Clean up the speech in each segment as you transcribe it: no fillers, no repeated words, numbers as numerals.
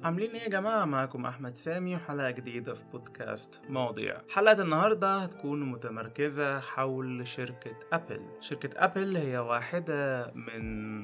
عاملين ايه يا جماعة؟ معاكم أحمد سامي وحلقة جديدة في بودكاست مواضيع. حلقة النهاردة هتكون متمركزة حول شركة أبل. شركة أبل هي واحدة من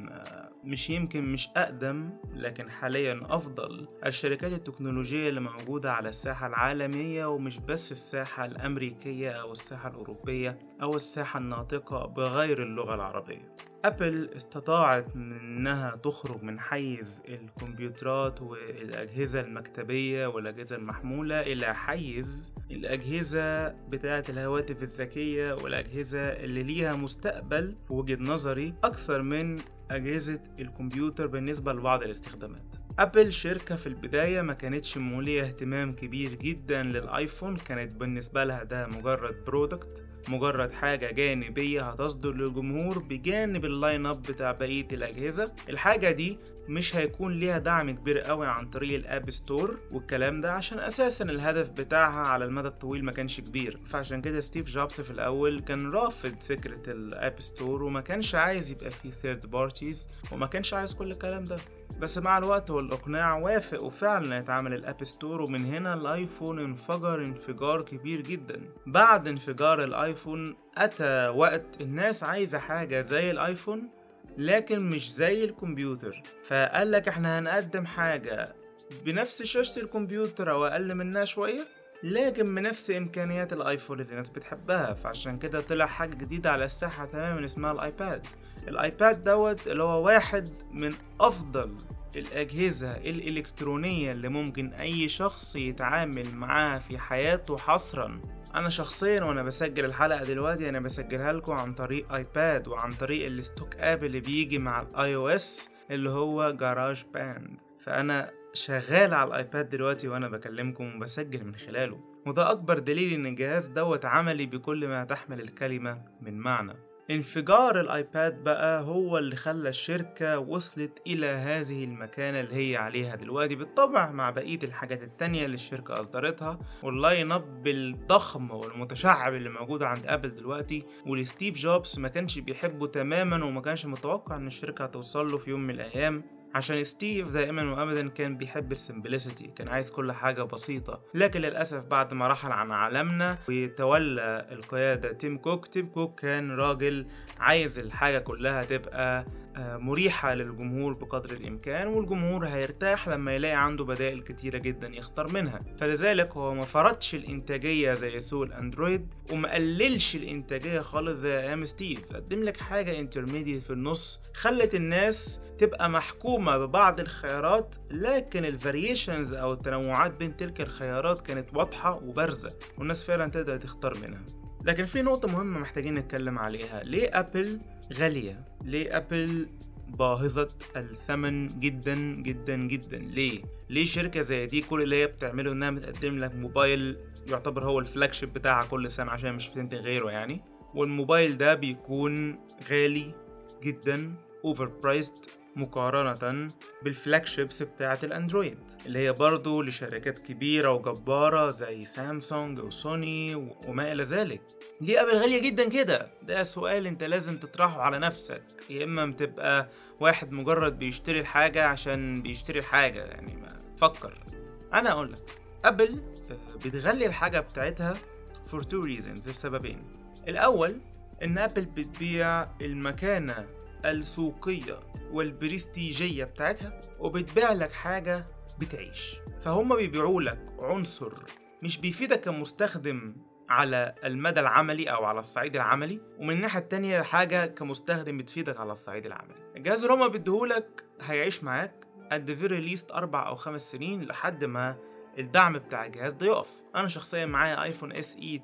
مش أقدم لكن حاليا أفضل الشركات التكنولوجية اللي موجودة على الساحة العالمية، ومش بس الساحة الأمريكية أو الساحة الأوروبية أو الساحة الناطقة بغير اللغة العربية. أبل استطاعت إنها تخرج من حيز الكمبيوترات والأجهزة المكتبية والأجهزة المحمولة إلى حيز الأجهزة بتاعة الهواتف الذكية والأجهزة اللي ليها مستقبل في وجهة نظري أكثر من أجهزة الكمبيوتر بالنسبة لبعض الاستخدامات. أبل شركة في البداية ما كانتش مولية اهتمام كبير جدا للآيفون، كانت بالنسبة لها ده مجرد برودكت، مجرد حاجة جانبية هتصدر للجمهور بجانب اللاين اب بتاع بقية الأجهزة. الحاجة دي مش هيكون ليها دعم كبير قوي عن طريق الاب ستور والكلام ده، عشان اساسا الهدف بتاعها على المدى الطويل ما كانش كبير. فعشان كده ستيف جوبز في الاول كان رافض فكرة الاب ستور وما كانش عايز يبقى فيه ثيرد بارتيز وما كانش عايز كل الكلام ده. بس مع الوقت والإقناع وافق وفعلا اتعمل الاب ستور، ومن هنا الايفون انفجر انفجار كبير جدا. بعد انفجار الايفون اتى وقت الناس عايزة حاجة زي الايفون لكن مش زي الكمبيوتر، فقال لك احنا هنقدم حاجة بنفس شاشة الكمبيوتر او اقل منها شوية لكن بنفس امكانيات الايفون اللي الناس بتحبها. فعشان كده طلع حاجة جديدة على الساحة تماما اسمها الايباد. الايباد دوت اللي هو واحد من افضل الأجهزة الإلكترونية اللي ممكن أي شخص يتعامل معاها في حياته حصرا. أنا شخصيا وأنا بسجل الحلقة دلوقتي أنا بسجلها لكم عن طريق آيباد وعن طريق الستوك آب اللي بيجي مع الآي أو إس اللي هو جراج باند. فأنا شغال على الآيباد دلوقتي وأنا بكلمكم وبسجل من خلاله، وده أكبر دليل إن الجهاز دوت عملي بكل ما تحمل الكلمة من معنى. انفجار الايباد بقى هو اللي خلى الشركة وصلت الى هذه المكانة اللي هي عليها دلوقتي، بالطبع مع بقية الحاجات التانية اللي الشركة اصدرتها واللاين اب الضخم والمتشعب اللي موجود عند ابل دلوقتي، والستيف جوبز ما كانش بيحبه تماما وما كانش متوقع ان الشركة هتوصل له في يوم من الايام، عشان ستيف دائما وابدا كان بيحب السمبلسيتي، كان عايز كل حاجة بسيطة. لكن للأسف بعد ما رحل عن عالمنا وتولى القيادة تيم كوك كان راجل عايز الحاجة كلها تبقى مريحة للجمهور بقدر الإمكان، والجمهور هيرتاح لما يلاقي عنده بدائل كتيرة جدا يختار منها. فلذلك هو ما فرضش الإنتاجية زي سوق الأندرويد وما قللش الإنتاجية خالص زي أيام ستيف، قدم لك حاجة انترميديت في النص خلت الناس تبقى محكومة ببعض الخيارات، لكن الفاريشنز أو التنوعات بين تلك الخيارات كانت واضحة وبارزة والناس فعلا تقدر تختار منها. لكن في نقطة مهمة محتاجين نتكلم عليها، ليه أبل غالية؟ ليه أبل باهظة الثمن جدا جدا جدا؟ ليه شركة زي دي كل اللي هي بتعمله انها بتقدم لك موبايل يعتبر هو الفلاجشيب بتاعها كل سنة عشان مش بتنتج غيره يعني، والموبايل ده بيكون غالي جدا اوفر برايسد مقارنة بالفلاجشيبس بتاعة الاندرويد اللي هي برضو لشركات كبيرة وجبارة زي سامسونج وسوني وما الى ذلك. ليه ابل غالية جدا كده؟ ده سؤال انت لازم تطرحه على نفسك. يا اما بتبقى واحد مجرد بيشتري الحاجة عشان بيشتري الحاجة، يعني ما فكر. انا اقولك ابل بتغلي الحاجة بتاعتها for two reasons، لسببين. الاول ان ابل بتبيع المكانة السوقية والبرستيجية بتاعتها وبتبيع لك حاجة بتعيش، فهم بيبيعوا لك عنصر مش بيفيدك كمستخدم على المدى العملي او على الصعيد العملي، ومن الناحية التانية حاجة كمستخدم بتفيدك على الصعيد العملي. الجهاز اللي هما بيديهولك هيعيش معاك at the very least 4 أو 5 سنين لحد ما الدعم بتاع الجهاز ده يقف. انا شخصيا معايا ايفون اس اي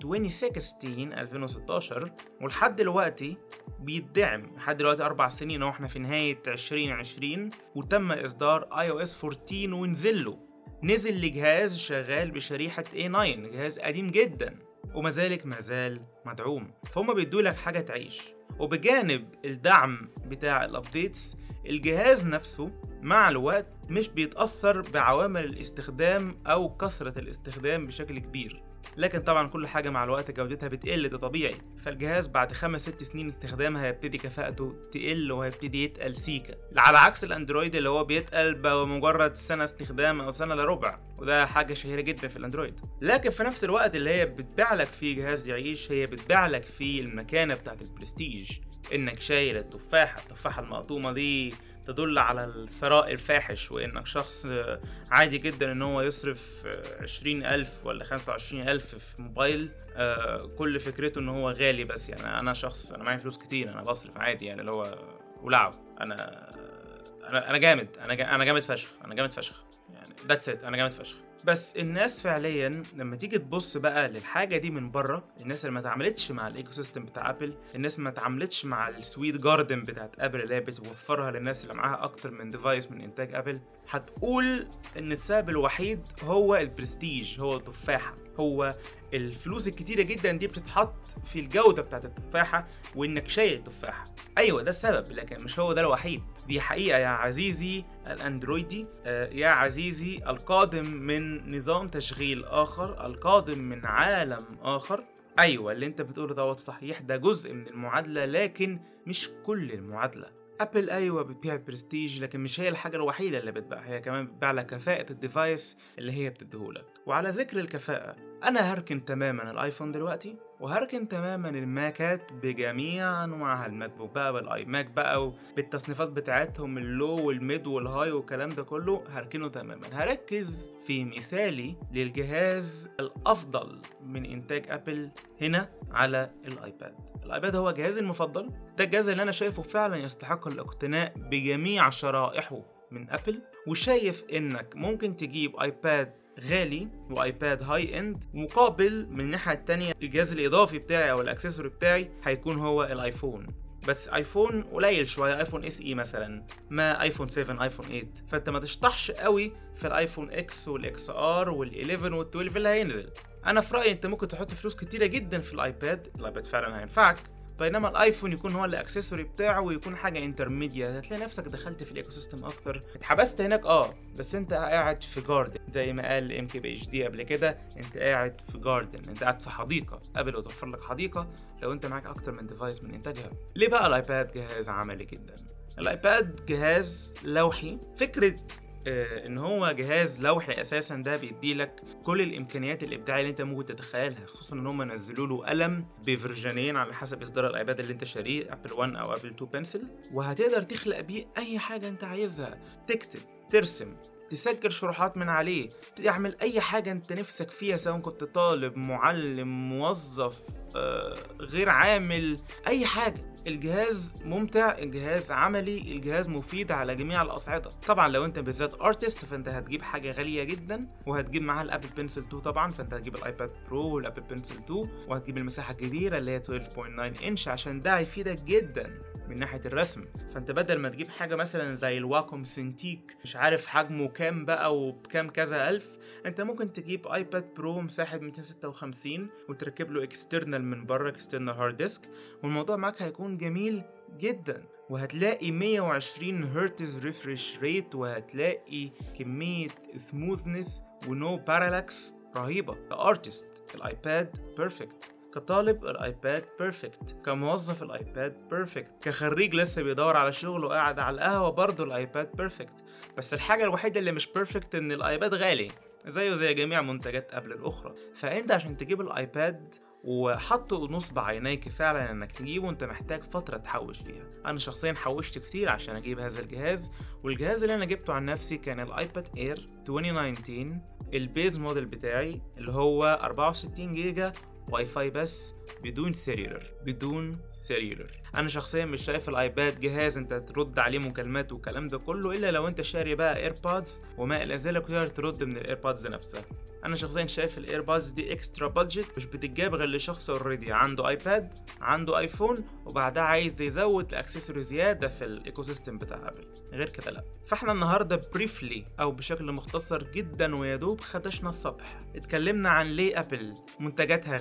2016 2016 ولحد دلوقتي بيدعم لحد دلوقتي 4 سنين واحنا في نهاية 2020، وتم اصدار اي او اس 14 ونزل لجهاز شغال بشريحة A9، جهاز قديم جدا وما زال مدعوم. فهم بيدوا لك حاجة تعيش، وبجانب الدعم بتاع الابديتس الجهاز نفسه مع الوقت مش بيتأثر بعوامل الاستخدام أو كثرة الاستخدام بشكل كبير. لكن طبعا كل حاجه مع الوقت جودتها بتقل، ده طبيعي. فالجهاز بعد 5-6 سنين استخدام هيبتدي كفاءته تقل وهيبتدي يتقل سيكا، على عكس الاندرويد اللي هو بيتقل بمجرد سنه استخدام او سنه الا ربع، وده حاجه شهيره جدا في الاندرويد. لكن في نفس الوقت اللي هي بتبيع لك فيه جهاز يعيش، هي بتبيع لك فيه المكانه بتاعت البرستيج، انك شايل التفاحه المقطومه دي تدل على الثراء الفاحش، وانك شخص عادي جدا ان هو يصرف 20,000 ولا 25,000 في موبايل. كل فكرته ان هو غالي، بس يعني انا شخص انا معايا فلوس كتير، انا بصرف عادي يعني، اللي هو ولعب انا جامد، انا جامد فشخ يعني، ذاتس ات، انا جامد فشخ. بس الناس فعليا لما تيجي تبص بقى للحاجه دي من بره، الناس اللي ما اتعاملتش مع الايكو سيستم بتاع ابل، الناس ما اتعاملتش مع السويت جاردن بتاعت ابل اللي هي بتوفرها للناس اللي معاها اكتر من ديفايس من انتاج ابل، هتقول ان السبب الوحيد هو البرستيج، هو التفاحه، هو الفلوس الكتيرة جدا دي بتتحط في الجودة بتاعت التفاحة وانك شايل تفاحة. ايوه ده السبب، لكن مش هو ده الوحيد. دي حقيقة يا عزيزي الاندرويدي، يا عزيزي القادم من نظام تشغيل اخر، القادم من عالم اخر. ايوه اللي انت بتقوله دوت صحيح، ده جزء من المعادلة لكن مش كل المعادلة. ابل ايوه بتبيع برستيج، لكن مش هي الحاجه الوحيده اللي بتبيع، هي كمان بتبيع لك كفاءه الديفايس اللي هي بتديهولك. وعلى ذكر الكفاءه، انا هركن تماما الايفون دلوقتي، وهركن تماما الماكات بجميع انواعها، الماك بوك بقى والاي ماك بقى وبالتصنيفات بتاعتهم، اللو والميد والهاي والكلام ده كله هركنه تماما. هركز في مثالي للجهاز الافضل من انتاج ابل هنا على الايباد. الايباد هو جهازي المفضل، ده الجهاز اللي انا شايفه فعلا يستحق الاقتناء بجميع شرائحه من ابل، وشايف انك ممكن تجيب ايباد غالي وايباد هاي اند، مقابل من الناحيه التانية الجهاز الاضافي بتاعي او الاكسسوري بتاعي هيكون هو الايفون، بس ايفون قليل شويه، ايفون اس اي مثلا، ما ايفون 7 ايفون 8، فانت ما تشطحش قوي في الايفون اكس والاكس ار وال11 وال12 اللي هينزل. انا في رايي انت ممكن تحط فلوس كتيره جدا في الايباد فعلا هينفعك، بينما الايفون يكون هو الاكسسوري بتاعه ويكون حاجه انترميديا، هتلاقي نفسك دخلت في الايكو سيستم اكتر، اتحبست هناك بس انت قاعد في جاردن زي ما قال ام كي بي اتش دي قبل كده، انت قاعد في جاردن، انت قاعد في حديقه. ابل توفر لك حديقه لو انت معاك اكتر من ديفايس من انتاجها. ليه بقى الايباد جهاز عملي جدا؟ الايباد جهاز لوحي، فكره ان هو جهاز لوحي اساسا ده بيديلك كل الامكانيات الابداعيه اللي انت ممكن تتخيلها، خصوصا ان هم نزلوا له قلم بفرجنين على حسب اصدار الايباد اللي انت شاريه، ابل 1 او ابل 2 بنسل، وهتقدر تخلق بيه اي حاجه انت عايزها، تكتب، ترسم، تسجل شروحات من عليه، تعمل اي حاجه انت نفسك فيها، سواء كنت طالب، معلم، موظف، غير عامل، اي حاجه. الجهاز ممتع، الجهاز عملي، الجهاز مفيد على جميع الاصعده. طبعا لو انت بالذات ارتست فانت هتجيب حاجه غاليه جدا، وهتجيب معاها الابل بنسل 2 طبعا، فانت هتجيب الايباد برو والابل بنسل 2، وهتجيب المساحه الكبيره اللي هي 12.9 انش عشان ده هيفيدك جدا من ناحيه الرسم. فانت بدل ما تجيب حاجه مثلا زي الواكوم سنتيك مش عارف حجمه كام بقى وبكام كذا الف، انت ممكن تجيب ايباد برو مساحه 256 وتركب له اكسترنال من بره، اكسترنال هارد ديسك، والموضوع معاك هيكون جميل جدا، وهتلاقي 120 هرتز ريفرش ريت، وهتلاقي كميه سموثنس ونو بارالاكس رهيبه. كارتست الايباد بيرفكت، كطالب الايباد بيرفكت، كموظف الايباد بيرفكت، كخريج لسه بيدور على شغل وقاعد على القهوه برضه الايباد بيرفكت. بس الحاجه الوحيده اللي مش بيرفكت ان الايباد غالي زيه زي جميع منتجات ابل الاخرى، فانت عشان تجيب الايباد وحطه نصب عينيك فعلا انك تجيبه انت محتاج فتره تحوش فيها. انا شخصيا حوشت كتير عشان اجيب هذا الجهاز، والجهاز اللي انا جبته عن نفسي كان الايباد اير 2019 البيز موديل بتاعي، اللي هو 64 جيجا واي فاي بس، بدون سيلولر. انا شخصيا مش شايف الايباد جهاز انت ترد عليه مكالمات والكلام ده كله، الا لو انت شاري بقى ايربودز وما الى ذلك تقدر ترد من الايربودز نفسها. انا شخصيا شايف الايربودز دي اكسترا بادجت، مش بتتجاب غير لشخص اوريدي عنده ايباد، عنده ايفون، وبعدها عايز يزود الاكسسوري زياده في الايكو سيستم بتاع ابل، غير كده لا. فاحنا النهارده بريفلي او بشكل مختصر جدا ويدوب خدشنا السطح، اتكلمنا عن ليه ابل منتجاتها غاليه،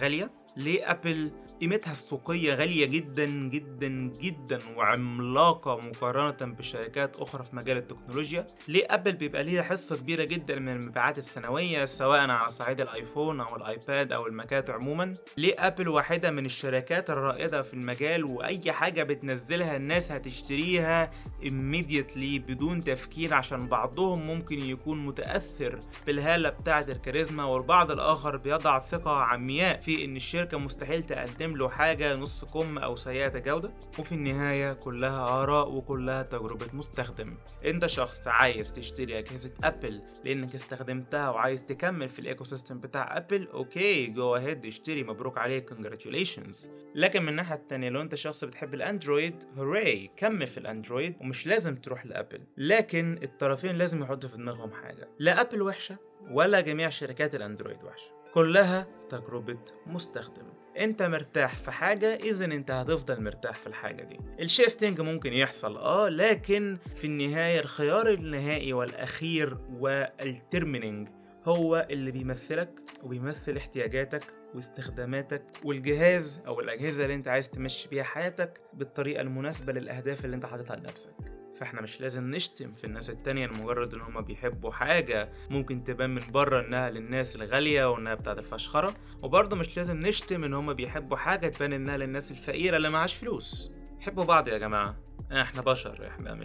ليه أبل قيمتها السوقية غالية جدا جدا جدا وعملاقة مقارنة بشركات أخرى في مجال التكنولوجيا؟ ليه أبل بيبقى ليها حصة كبيرة جدا من المبيعات السنوية سواء على صعيد الآيفون أو الآيباد أو الماكات عموما؟ ليه أبل واحدة من الشركات الرائدة في المجال وأي حاجة بتنزلها الناس هتشتريها immediately بدون تفكير، عشان بعضهم ممكن يكون متأثر بالهالة بتاعة الكاريزما والبعض الآخر بيضع ثقة عمياء في إن الشركة مستحيل تقدم له حاجة نص كم أو سيئة جودة. وفي النهاية كلها آراء وكلها تجربة مستخدم. أنت شخص عايز تشتري أجهزة أبل لأنك استخدمتها وعايز تكمل في الإيكو سيستم بتاع أبل، أوكي جو أهيد اشتري، مبروك عليك congratulations. لكن من الناحية التانية لو أنت شخص بتحب الأندرويد، هوراي كمل في الأندرويد ومش لازم تروح لأبل. لكن الطرفين لازم يحطوا في دماغهم حاجة، لا أبل وحشة ولا جميع شركات الأندرويد وحشة، كلها تجربة مستخدم. انت مرتاح في حاجة اذا انت هتفضل مرتاح في الحاجة دي. الشيفتنج ممكن يحصل لكن في النهاية الخيار النهائي والاخير والترمينينج هو اللي بيمثلك وبيمثل احتياجاتك واستخداماتك والجهاز او الاجهزة اللي انت عايز تمشي بيها حياتك بالطريقة المناسبة للاهداف اللي انت حاططها لنفسك. فاحنا مش لازم نشتم في الناس التانية لمجرد ان هما بيحبوا حاجة ممكن تبان من بره انها للناس الغالية وانها بتاعت الفشخرة، وبرضه مش لازم نشتم ان هما بيحبوا حاجة تبان انها للناس الفقيرة اللي معاش فلوس. حبوا بعض يا جماعة، احنا بشر،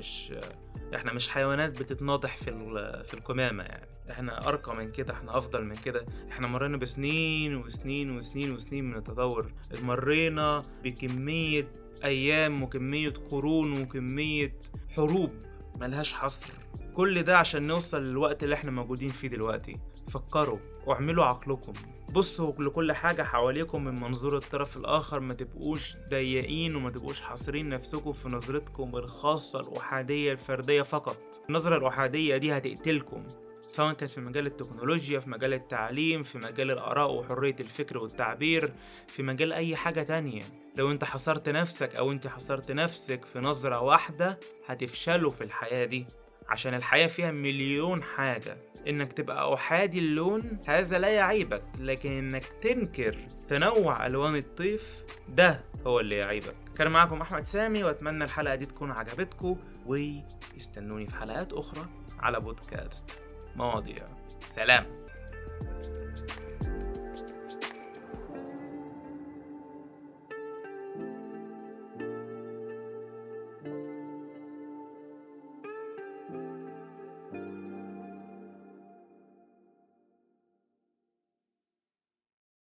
احنا مش حيوانات بتتناطح في القمامة. يعني احنا ارقى من كده، احنا افضل من كده. احنا مرينا بسنين وسنين وسنين وسنين من التطور، مرينا بكمية ايام وكمية قرون وكمية حروب ملهاش حصر، كل ده عشان نوصل للوقت اللي احنا موجودين فيه دلوقتي. فكروا واعملوا عقلكم، بصوا لكل حاجة حواليكم من منظور الطرف الآخر، ما تبقوش ضيقين وما تبقوش حاصرين نفسكم في نظرتكم الخاصة الأحادية الفردية فقط. النظرة الأحادية دي هتقتلكم، سواء كان في مجال التكنولوجيا، في مجال التعليم، في مجال الآراء وحرية الفكر والتعبير، في مجال أي حاجة تانية. لو انت حصرت نفسك أو انت حصرت نفسك في نظرة واحدة هتفشلوا في الحياة دي، عشان الحياة فيها مليون حاجة. انك تبقى أحادي اللون هذا لا يعيبك، لكن انك تنكر تنوع ألوان الطيف ده هو اللي يعيبك. كان معاكم أحمد سامي، وأتمنى الحلقة دي تكون عجبتكم، ويستنوني في حلقات أخرى على بودكاست مواضيع. سلام.